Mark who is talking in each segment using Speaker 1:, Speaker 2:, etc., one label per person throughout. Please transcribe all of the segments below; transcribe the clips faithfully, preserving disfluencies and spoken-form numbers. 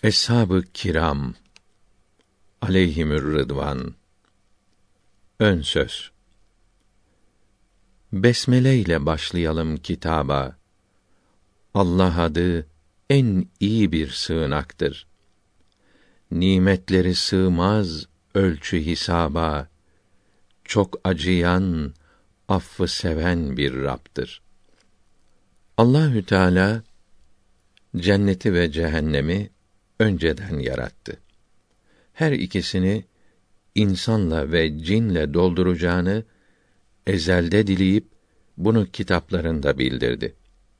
Speaker 1: Eshab-ı kiram aleyhimür rıdvan. Ön söz. Besmele ile başlayalım kitaba. Allah adı en iyi bir sığınaktır. Nimetleri sığmaz ölçü hisaba. Çok acıyan, affı seven bir Rabb'dir. Allahü Teala cenneti ve cehennemi önceden yarattı. Her ikisini insanla ve cinle dolduracağını ezelde dileyip bunu kitaplarında bildirdi.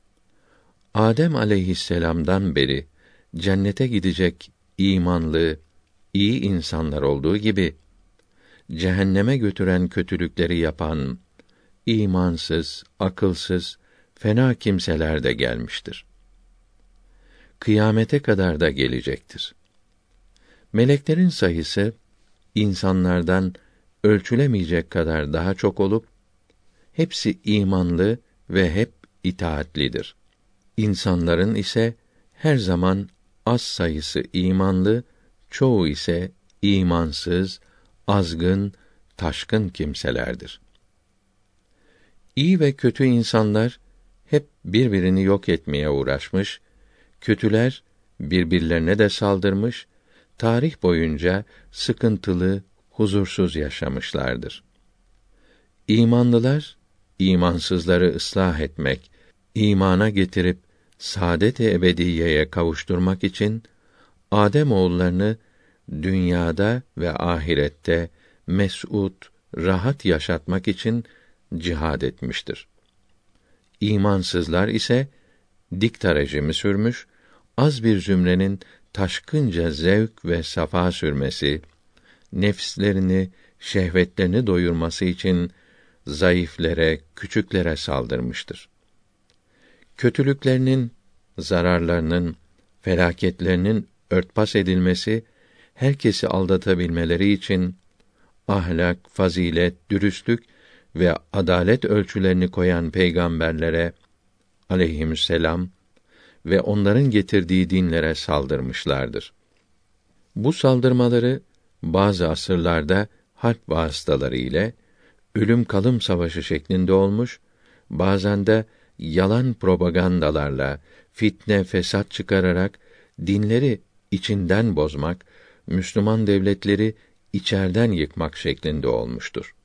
Speaker 1: Adem aleyhisselam'dan beri cennete gidecek imanlı, iyi insanlar olduğu gibi cehenneme götüren kötülükleri yapan imansız, akılsız, fena kimseler de gelmiştir. Kıyamete kadar da gelecektir. Meleklerin sayısı insanlardan ölçülemeyecek kadar daha çok olup hepsi imanlı ve hep itaatlidir. İnsanların ise her zaman az sayısı imanlı, çoğu ise imansız, azgın, taşkın kimselerdir. İyi ve kötü insanlar hep birbirini yok etmeye uğraşmış, kötüler birbirlerine de saldırmış, tarih boyunca sıkıntılı, huzursuz yaşamışlardır. İmanlılar, imansızları ıslah etmek, imana getirip saadet-i ebediyeye kavuşturmak için Adem oğullarını dünyada ve ahirette mes'ud, rahat yaşatmak için cihad etmiştir. İmansızlar ise dikta rejimi sürmüş, az bir zümrenin taşkınca zevk ve safa sürmesi, nefslerini, şehvetlerini doyurması için zayıflere, küçüklere saldırmıştır. Kötülüklerinin, zararlarının, felaketlerinin örtbas edilmesi, herkesi aldatabilmeleri için ahlak, fazilet, dürüstlük ve adalet ölçülerini koyan peygamberlere aleyhisselam ve onların getirdiği dinlere saldırmışlardır. Bu saldırmaları bazı asırlarda harp vasıtaları ile ölüm kalım savaşı şeklinde olmuş, bazen de yalan propagandalarla fitne fesat çıkararak dinleri içinden bozmak, Müslüman devletleri içerden yıkmak şeklinde olmuştur.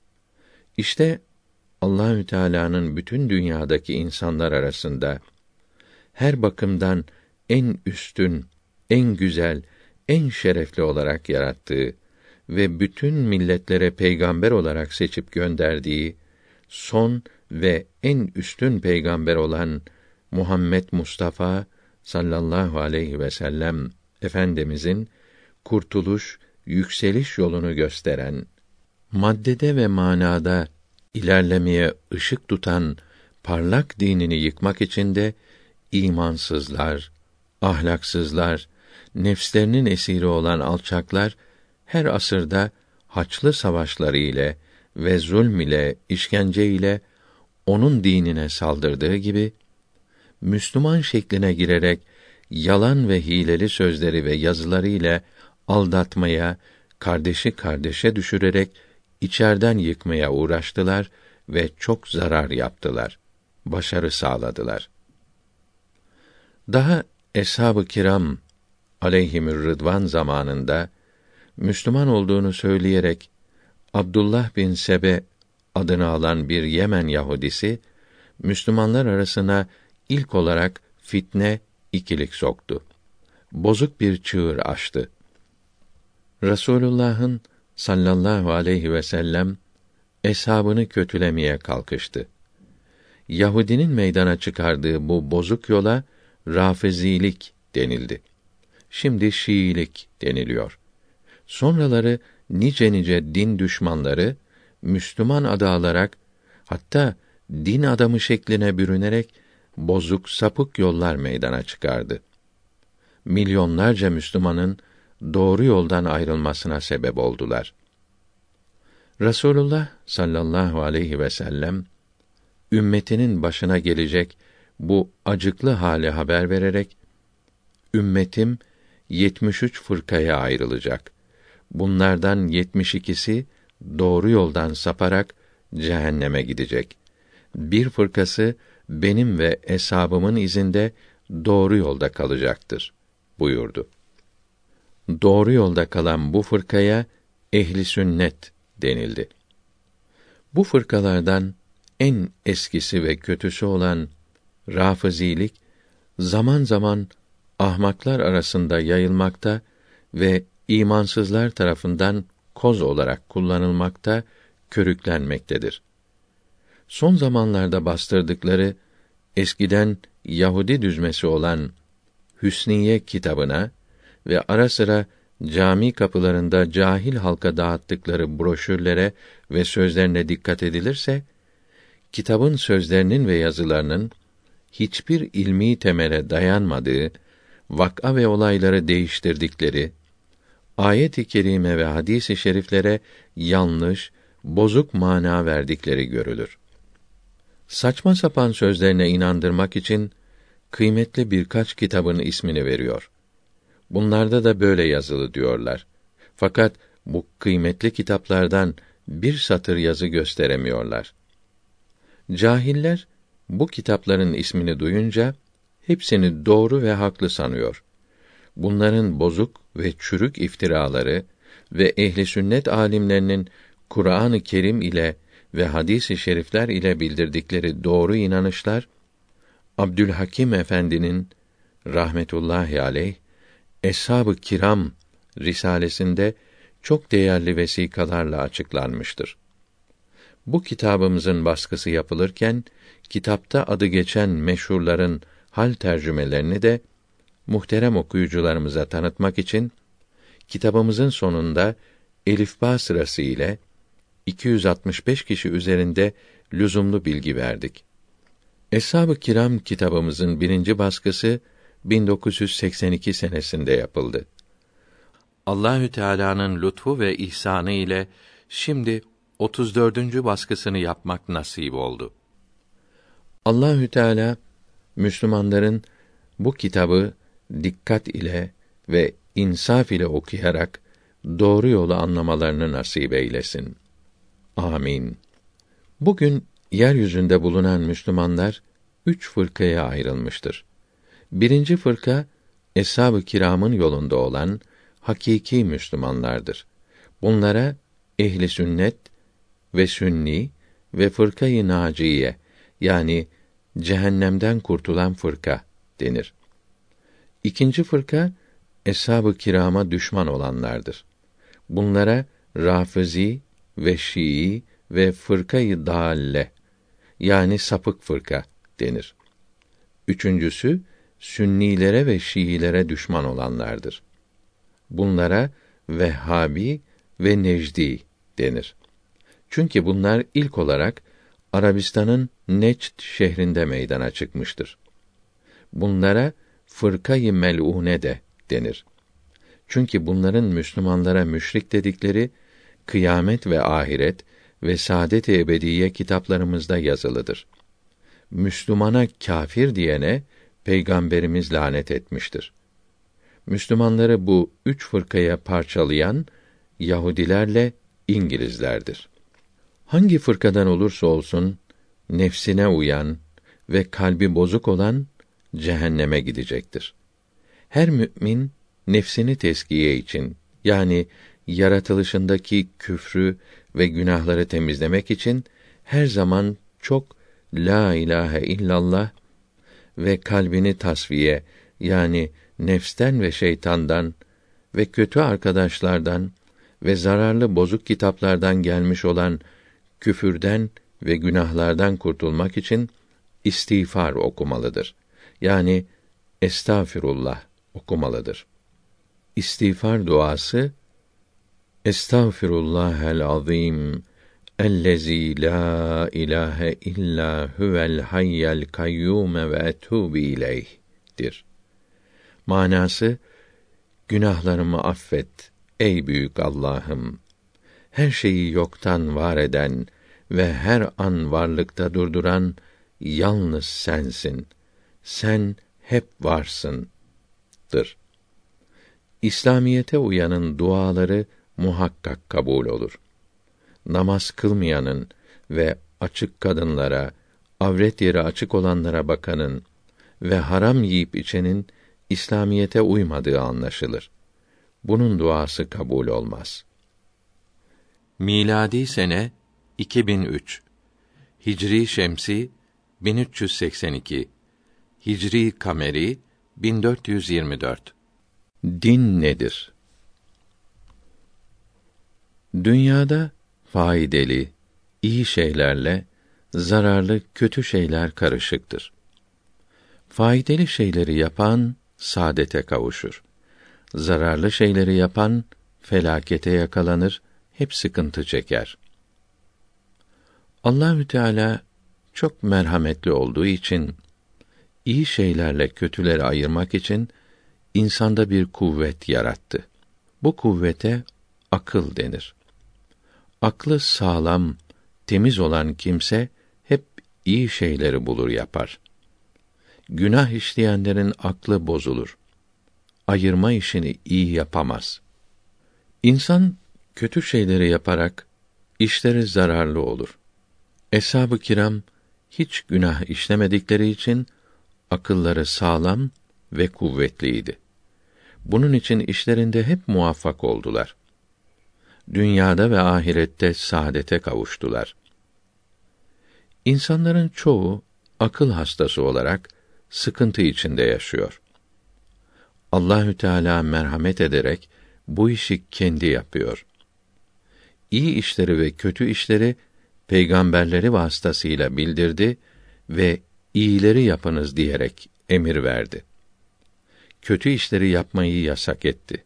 Speaker 1: İşte Allahü Teala'nın bütün dünyadaki insanlar arasında her bakımdan en üstün, en güzel, en şerefli olarak yarattığı ve bütün milletlere peygamber olarak seçip gönderdiği son ve en üstün peygamber olan Muhammed Mustafa sallallahu aleyhi ve sellem efendimizin kurtuluş, yükseliş yolunu gösteren, maddede ve manada ilerlemeye ışık tutan parlak dinini yıkmak için de imansızlar, ahlaksızlar, nefslerinin esiri olan alçaklar her asırda haçlı savaşları ile ve zulm ile, işkence ile onun dinine saldırdığı gibi Müslüman şekline girerek yalan ve hileli sözleri ve yazıları ile aldatmaya, kardeşi kardeşe düşürerek içerden yıkmaya uğraştılar ve çok zarar yaptılar. Başarı sağladılar. Daha eshab-ı kiram aleyhimür rıdvan zamanında Müslüman olduğunu söyleyerek Abdullah bin Sebe adını alan bir Yemen Yahudisi Müslümanlar arasına ilk olarak fitne, ikilik soktu. Bozuk bir çığır açtı. Resulullah'ın sallallahu aleyhi ve sellem eshabını kötülemeye kalkıştı. Yahudinin meydana çıkardığı bu bozuk yola Rafizilik denildi. Şimdi Şiilik deniliyor. Sonraları nice nice din düşmanları Müslüman adı alarak, hatta din adamı şekline bürünerek bozuk, sapık yollar meydana çıkardı. Milyonlarca Müslümanın doğru yoldan ayrılmasına sebep oldular. Resulullah sallallahu aleyhi ve sellem ümmetinin başına gelecek bu acıklı hale haber vererek, ümmetim yetmiş üç fırkaya ayrılacak. Bunlardan yetmiş ikisi doğru yoldan saparak cehenneme gidecek. Bir fırkası benim ve eshabımın izinde doğru yolda kalacaktır buyurdu. Doğru yolda kalan bu fırkaya ehli sünnet denildi. Bu fırkalardan en eskisi ve kötüsü olan Râfizilik zaman zaman ahmaklar arasında yayılmakta ve imansızlar tarafından koz olarak kullanılmakta, körüklenmektedir. Son zamanlarda bastırdıkları eskiden Yahudi düzmesi olan Hüsniye kitabına ve ara sıra cami kapılarında cahil halka dağıttıkları broşürlere ve sözlerine dikkat edilirse, kitabın sözlerinin ve yazılarının hiçbir ilmi temele dayanmadığı, vak'a ve olayları değiştirdikleri, ayet-i kerime ve hadis-i şeriflere yanlış, bozuk mana verdikleri görülür. Saçma sapan sözlerine inandırmak için kıymetli birkaç kitabın ismini veriyor. Bunlarda da böyle yazılı diyorlar. Fakat bu kıymetli kitaplardan bir satır yazı gösteremiyorlar. Cahiller bu kitapların ismini duyunca hepsini doğru ve haklı sanıyor. Bunların bozuk ve çürük iftiraları ve ehli sünnet alimlerinin Kur'an-ı Kerim ile ve hadis-i şerifler ile bildirdikleri doğru inanışlar, Abdülhakim Efendi'nin rahmetullahi aleyh Eshab-ı Kiram risalesinde çok değerli vesikalarla açıklanmıştır. Bu kitabımızın baskısı yapılırken kitapta adı geçen meşhurların hal tercümelerini de muhterem okuyucularımıza tanıtmak için kitabımızın sonunda elifba sırası ile iki yüz altmış beş kişi üzerinde lüzumlu bilgi verdik. Eshab-ı Kiram kitabımızın birinci baskısı bin dokuz yüz seksen iki senesinde yapıldı. Allahü Teala'nın lütfu ve ihsanı ile şimdi otuz dördüncü baskısını yapmak nasip oldu. Allahü Teala Müslümanların bu kitabı dikkat ile ve insaf ile okuyarak doğru yolu anlamalarını nasip eylesin. Amin. Bugün yeryüzünde bulunan Müslümanlar üç fırkaya ayrılmıştır. Birinci fırka Eshab-ı Kiram'ın yolunda olan hakiki Müslümanlardır. Bunlara ehli sünnet ve sünni ve fırkayı naciye yani cehennemden kurtulan fırka denir. İkinci fırka Eshab-ı Kiram'a düşman olanlardır. Bunlara Râfizi ve Şii ve fırkayı dâlle yani sapık fırka denir. Üçüncüsü Sünnilere ve Şiilere düşman olanlardır. Bunlara Vehhabi ve Necdi denir. Çünkü bunlar ilk olarak Arabistan'ın Necd şehrinde meydana çıkmıştır. Bunlara fırkayı melûne de denir. Çünkü bunların Müslümanlara müşrik dedikleri kıyamet ve ahiret ve saadet-i ebediye kitaplarımızda yazılıdır. Müslümana kâfir diyene Peygamberimiz lanet etmiştir. Müslümanları bu üç fırkaya parçalayan Yahudilerle İngilizlerdir. Hangi fırkadan olursa olsun nefsine uyan ve kalbi bozuk olan cehenneme gidecektir. Her mümin nefsini teskiye için yani yaratılışındaki küfrü ve günahları temizlemek için her zaman çok la ilahe illallah ve kalbini tasfiye yani nefsten ve şeytandan ve kötü arkadaşlardan ve zararlı bozuk kitaplardan gelmiş olan küfürden ve günahlardan kurtulmak için istiğfar okumalıdır. Yani estağfirullah okumalıdır. İstiğfar duası Estağfirullahel azim ellezî lâ ilâhe illâ huvel hayyel kayyûm ve etûbü ileyh'dir. Manası günahlarımı affet ey büyük Allah'ım. Her şeyi yoktan var eden ve her an varlıkta durduran yalnız sensin. Sen hep varsındır. İslamiyete uyanın duaları muhakkak kabul olur. Namaz kılmayanın ve açık kadınlara, avret yeri açık olanlara bakanın ve haram yiyip içenin İslamiyete uymadığı anlaşılır. Bunun duası kabul olmaz. Miladi sene iki bin üç, Hicri şemsi bin üç yüz seksen iki, Hicri kameri bin dört yüz yirmi dört. Din nedir? Dünyada faydalı, iyi şeylerle zararlı, kötü şeyler karışıktır. Faydalı şeyleri yapan saadete kavuşur. Zararlı şeyleri yapan felakete yakalanır, hep sıkıntı çeker. Allahü Teala çok merhametli olduğu için iyi şeylerle kötüleri ayırmak için insanda bir kuvvet yarattı. Bu kuvvete akıl denir. Aklı sağlam, temiz olan kimse hep iyi şeyleri bulur yapar. Günah işleyenlerin aklı bozulur. Ayırma işini iyi yapamaz. İnsan kötü şeyleri yaparak işleri zararlı olur. Eshab-ı kiram hiç günah işlemedikleri için akılları sağlam ve kuvvetliydi. Bunun için işlerinde hep muvaffak oldular. Dünyada ve ahirette saadete kavuştular. İnsanların çoğu akıl hastası olarak sıkıntı içinde yaşıyor. Allahü Teala merhamet ederek bu işi kendi yapıyor. İyi işleri ve kötü işleri peygamberleri vasıtasıyla bildirdi ve iyileri yapınız diyerek emir verdi. Kötü işleri yapmayı yasak etti.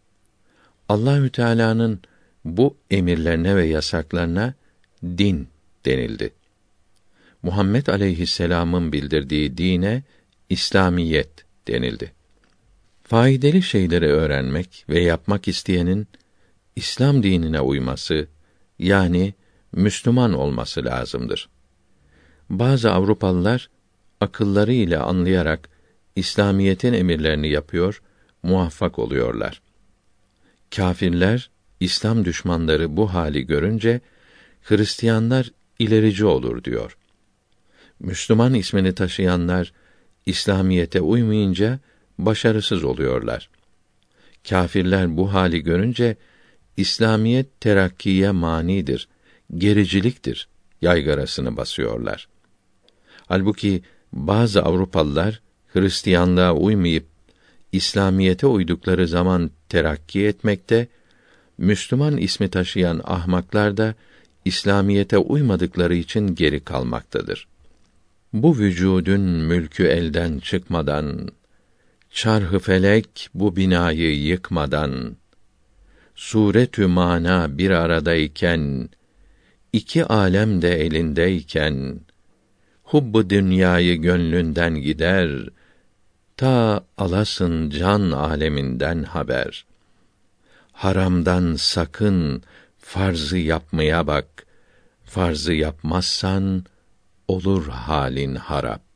Speaker 1: Allahü Teala'nın bu emirlerine ve yasaklarına din denildi. Muhammed aleyhisselam'ın bildirdiği dine İslamiyet denildi. Faydalı şeyleri öğrenmek ve yapmak isteyenin İslam dinine uyması, yani Müslüman olması lazımdır. Bazı Avrupalılar akılları ile anlayarak İslamiyetin emirlerini yapıyor, muvaffak oluyorlar. Kâfirler, İslam düşmanları bu hali görünce Hristiyanlar ilerici olur diyor. Müslüman ismini taşıyanlar İslamiyete uymayınca başarısız oluyorlar. Kâfirler bu hali görünce İslamiyet terakkiye manidir, gericiliktir yaygarasını basıyorlar. Halbuki bazı Avrupalılar Hristiyanlığa uymayıp İslamiyete uydukları zaman terakki etmekte, Müslüman ismi taşıyan ahmaklar da İslamiyete uymadıkları için geri kalmaktadır. Bu vücudun mülkü elden çıkmadan, çarh-ı felek bu binayı yıkmadan, suretü mana bir aradayken, iki alem de elindeyken, hubb-ı dünyayı gönlünden gider, ta alasın can aleminden haber. Haramdan sakın, farzı yapmaya bak, farzı yapmazsan olur halin harap.